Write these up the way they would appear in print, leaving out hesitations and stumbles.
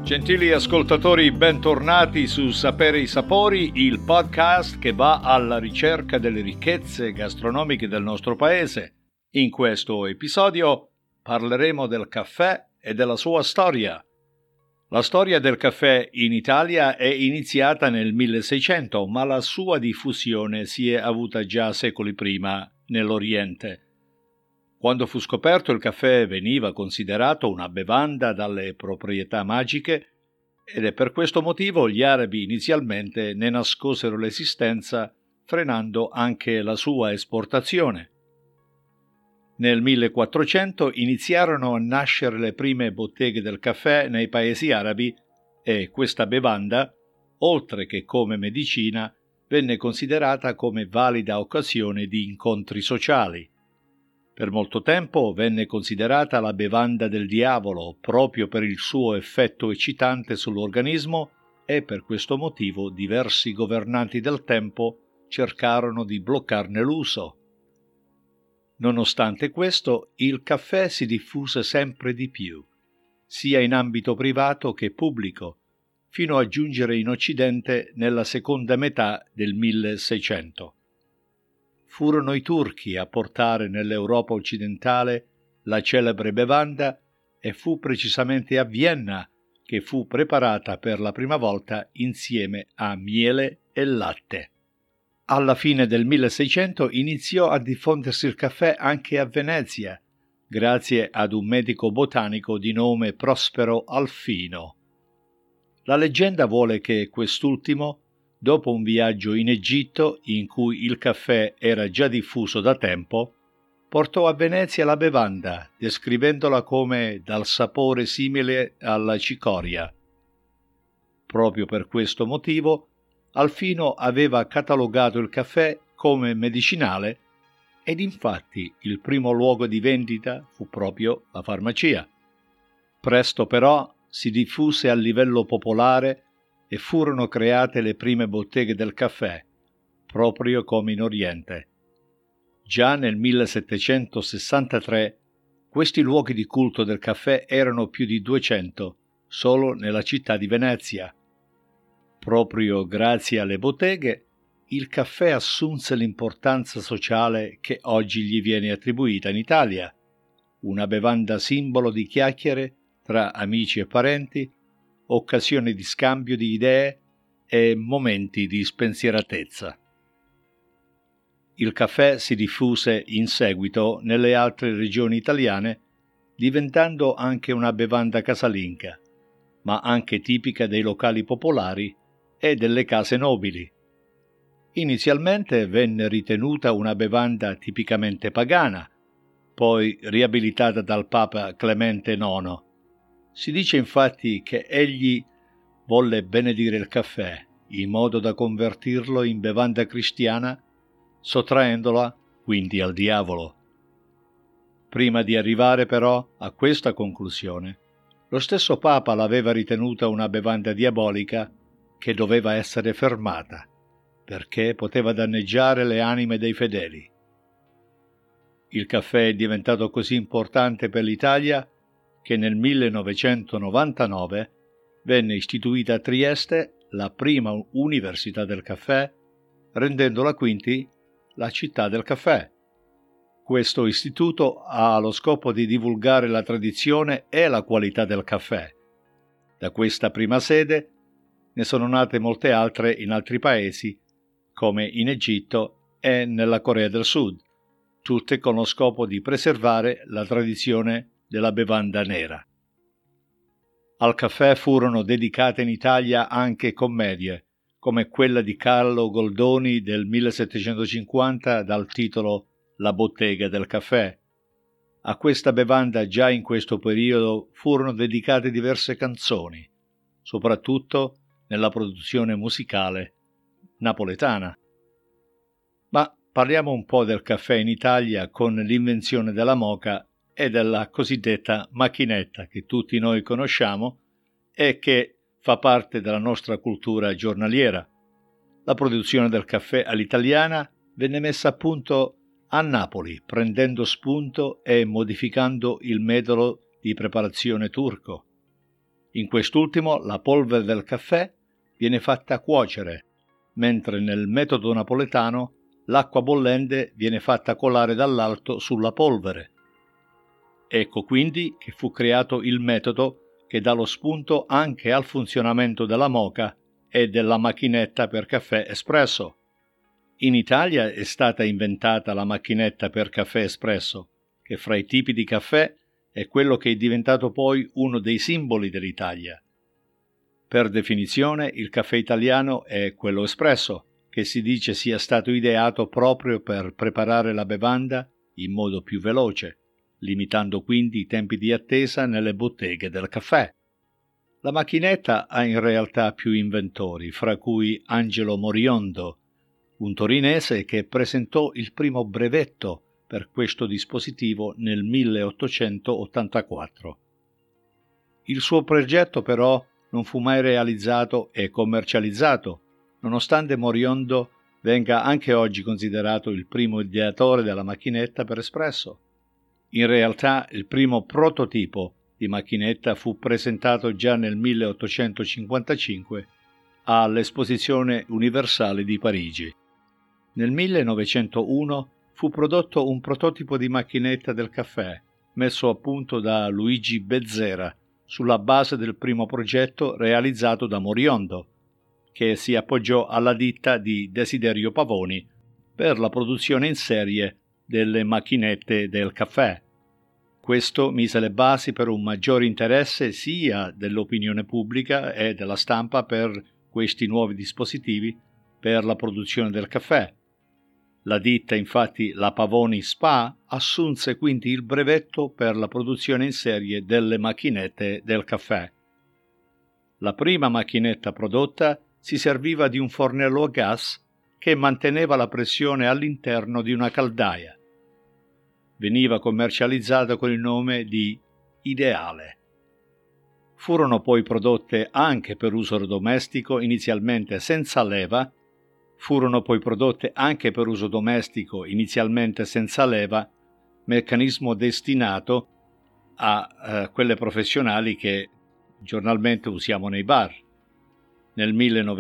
Gentili ascoltatori, bentornati su Sapere i Sapori, il podcast che va alla ricerca delle ricchezze gastronomiche del nostro paese. In questo episodio parleremo del caffè e della sua storia. La storia del caffè in Italia è iniziata nel 1600, ma la sua diffusione si è avuta già secoli prima nell'Oriente. Quando fu scoperto, il caffè veniva considerato una bevanda dalle proprietà magiche ed è per questo motivo gli arabi inizialmente ne nascosero l'esistenza, frenando anche la sua esportazione. Nel 1400 iniziarono a nascere le prime botteghe del caffè nei paesi arabi e questa bevanda, oltre che come medicina, venne considerata come valida occasione di incontri sociali. Per molto tempo venne considerata la bevanda del diavolo proprio per il suo effetto eccitante sull'organismo e per questo motivo diversi governanti del tempo cercarono di bloccarne l'uso. Nonostante questo, il caffè si diffuse sempre di più, sia in ambito privato che pubblico, fino a giungere in Occidente nella seconda metà del 1600. Furono i turchi a portare nell'Europa occidentale la celebre bevanda e fu precisamente a Vienna che fu preparata per la prima volta insieme a miele e latte. Alla fine del 1600 iniziò a diffondersi il caffè anche a Venezia, grazie ad un medico botanico di nome Prospero Alfino. La leggenda vuole che quest'ultimo, dopo un viaggio in Egitto in cui il caffè era già diffuso da tempo, portò a Venezia la bevanda, descrivendola come dal sapore simile alla cicoria. Proprio per questo motivo, Alfino aveva catalogato il caffè come medicinale ed infatti il primo luogo di vendita fu proprio la farmacia. Presto però si diffuse a livello popolare e furono create le prime botteghe del caffè, proprio come in Oriente. Già nel 1763 questi luoghi di culto del caffè erano più di 200, solo nella città di Venezia. Proprio grazie alle botteghe, il caffè assunse l'importanza sociale che oggi gli viene attribuita in Italia, una bevanda simbolo di chiacchiere tra amici e parenti, occasione di scambio di idee e momenti di spensieratezza. Il caffè si diffuse in seguito nelle altre regioni italiane, diventando anche una bevanda casalinga, ma anche tipica dei locali popolari e delle case nobili. Inizialmente venne ritenuta una bevanda tipicamente pagana, poi riabilitata dal Papa Clemente IX. Si dice infatti che egli volle benedire il caffè in modo da convertirlo in bevanda cristiana, sottraendola quindi al diavolo. Prima di arrivare però a questa conclusione, lo stesso Papa l'aveva ritenuta una bevanda diabolica che doveva essere fermata, perché poteva danneggiare le anime dei fedeli. Il caffè è diventato così importante per l'Italia che nel 1999 venne istituita a Trieste la prima università del caffè, rendendola quindi la città del caffè. Questo istituto ha lo scopo di divulgare la tradizione e la qualità del caffè. Da questa prima sede ne sono nate molte altre in altri paesi, come in Egitto e nella Corea del Sud, tutte con lo scopo di preservare la tradizione della bevanda nera. Al caffè furono dedicate in Italia anche commedie, come quella di Carlo Goldoni del 1750 dal titolo La bottega del caffè. A questa bevanda già in questo periodo furono dedicate diverse canzoni, soprattutto nella produzione musicale napoletana. Ma parliamo un po' del caffè in Italia con l'invenzione della moka e della cosiddetta macchinetta che tutti noi conosciamo e che fa parte della nostra cultura giornaliera. La produzione del caffè all'italiana venne messa a punto a Napoli, prendendo spunto e modificando il metodo di preparazione turco. In quest'ultimo la polvere del caffè viene fatta cuocere, mentre nel metodo napoletano l'acqua bollente viene fatta colare dall'alto sulla polvere. Ecco quindi che fu creato il metodo che dà lo spunto anche al funzionamento della moka e della macchinetta per caffè espresso. In Italia è stata inventata la macchinetta per caffè espresso, che fra i tipi di caffè è quello che è diventato poi uno dei simboli dell'Italia. Per definizione, il caffè italiano è quello espresso, che si dice sia stato ideato proprio per preparare la bevanda in modo più veloce, limitando quindi i tempi di attesa nelle botteghe del caffè. La macchinetta ha in realtà più inventori, fra cui Angelo Moriondo, un torinese che presentò il primo brevetto per questo dispositivo nel 1884. Il suo progetto però non fu mai realizzato e commercializzato, nonostante Moriondo venga anche oggi considerato il primo ideatore della macchinetta per espresso. In realtà il primo prototipo di macchinetta fu presentato già nel 1855 all'Esposizione Universale di Parigi. Nel 1901 fu prodotto un prototipo di macchinetta del caffè, messo a punto da Luigi Bezzera, sulla base del primo progetto realizzato da Moriondo, che si appoggiò alla ditta di Desiderio Pavoni per la produzione in serie delle macchinette del caffè. Questo mise le basi per un maggiore interesse sia dell'opinione pubblica e della stampa per questi nuovi dispositivi per la produzione del caffè. La ditta, infatti, la Pavoni SpA, assunse quindi il brevetto per la produzione in serie delle macchinette del caffè. La prima macchinetta prodotta si serviva di un fornello a gas che manteneva la pressione all'interno di una caldaia. Veniva commercializzata con il nome di Ideale. Furono poi prodotte anche per uso domestico inizialmente senza leva, meccanismo destinato a quelle professionali che giornalmente usiamo nei bar. Nel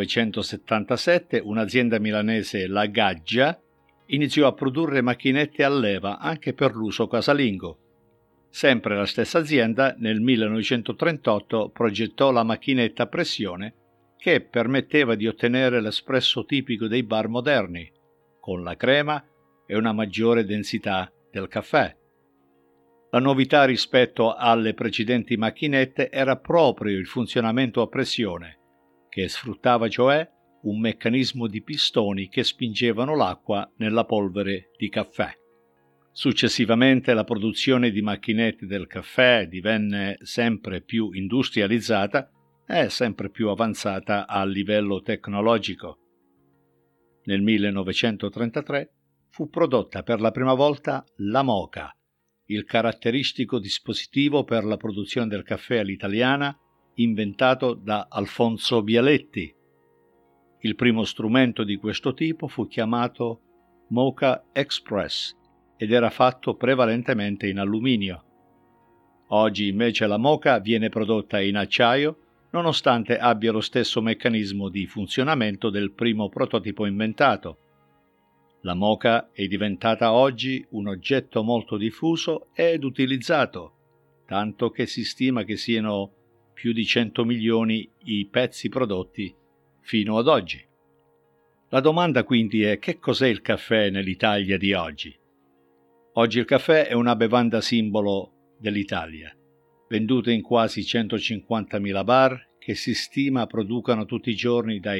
1977 un'azienda milanese, la Gaggia, iniziò a produrre macchinette a leva anche per l'uso casalingo. Sempre la stessa azienda, nel 1938, progettò la macchinetta a pressione che permetteva di ottenere l'espresso tipico dei bar moderni, con la crema e una maggiore densità del caffè. La novità rispetto alle precedenti macchinette era proprio il funzionamento a pressione, che sfruttava cioè un meccanismo di pistoni che spingevano l'acqua nella polvere di caffè. Successivamente la produzione di macchinette del caffè divenne sempre più industrializzata e sempre più avanzata a livello tecnologico. Nel 1933 fu prodotta per la prima volta la moka, il caratteristico dispositivo per la produzione del caffè all'italiana inventato da Alfonso Bialetti. Il primo strumento di questo tipo fu chiamato Moka Express ed era fatto prevalentemente in alluminio. Oggi invece la moka viene prodotta in acciaio, nonostante abbia lo stesso meccanismo di funzionamento del primo prototipo inventato. La moka è diventata oggi un oggetto molto diffuso ed utilizzato, tanto che si stima che siano più di 100 milioni i pezzi prodotti fino ad oggi. La domanda quindi è: che cos'è il caffè nell'Italia di oggi? Oggi il caffè è una bevanda simbolo dell'Italia, venduta in quasi 150.000 bar che si stima producano tutti i giorni dai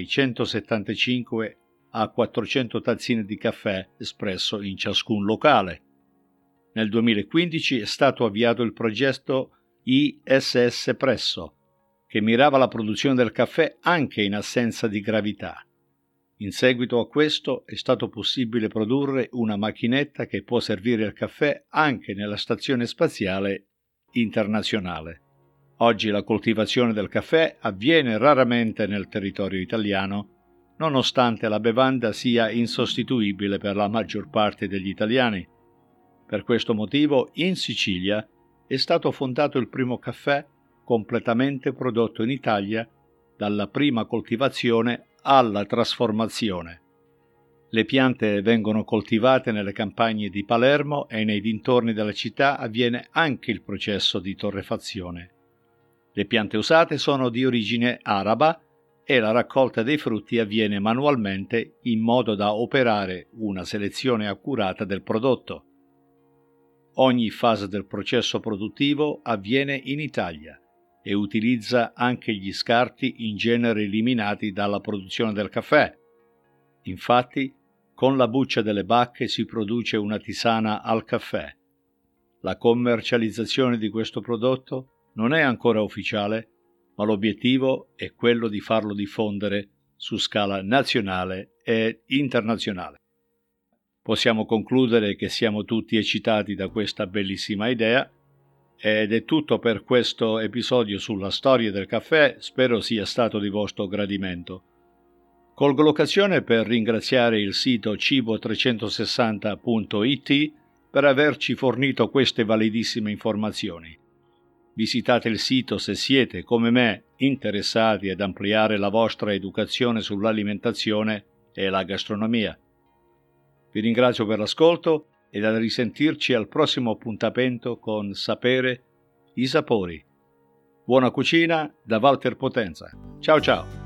175 a 400 tazzine di caffè espresso in ciascun locale. Nel 2015 è stato avviato il progetto ISS Presso, che mirava alla produzione del caffè anche in assenza di gravità. In seguito a questo è stato possibile produrre una macchinetta che può servire il caffè anche nella Stazione Spaziale Internazionale. Oggi la coltivazione del caffè avviene raramente nel territorio italiano, nonostante la bevanda sia insostituibile per la maggior parte degli italiani. Per questo motivo in Sicilia è stato fondato il primo caffè completamente prodotto in Italia dalla prima coltivazione alla trasformazione. Le piante vengono coltivate nelle campagne di Palermo e nei dintorni della città avviene anche il processo di torrefazione. Le piante usate sono di origine araba e la raccolta dei frutti avviene manualmente in modo da operare una selezione accurata del prodotto. Ogni fase del processo produttivo avviene in Italia e utilizza anche gli scarti in genere eliminati dalla produzione del caffè. Infatti, con la buccia delle bacche si produce una tisana al caffè. La commercializzazione di questo prodotto non è ancora ufficiale, ma l'obiettivo è quello di farlo diffondere su scala nazionale e internazionale. Possiamo concludere che siamo tutti eccitati da questa bellissima idea ed è tutto per questo episodio sulla storia del caffè, spero sia stato di vostro gradimento. Colgo l'occasione per ringraziare il sito cibo360.it per averci fornito queste validissime informazioni. Visitate il sito se siete, come me, interessati ad ampliare la vostra educazione sull'alimentazione e la gastronomia. Vi ringrazio per l'ascolto e a risentirci al prossimo appuntamento con Sapere i sapori. Buona cucina da Walter Potenza. Ciao ciao!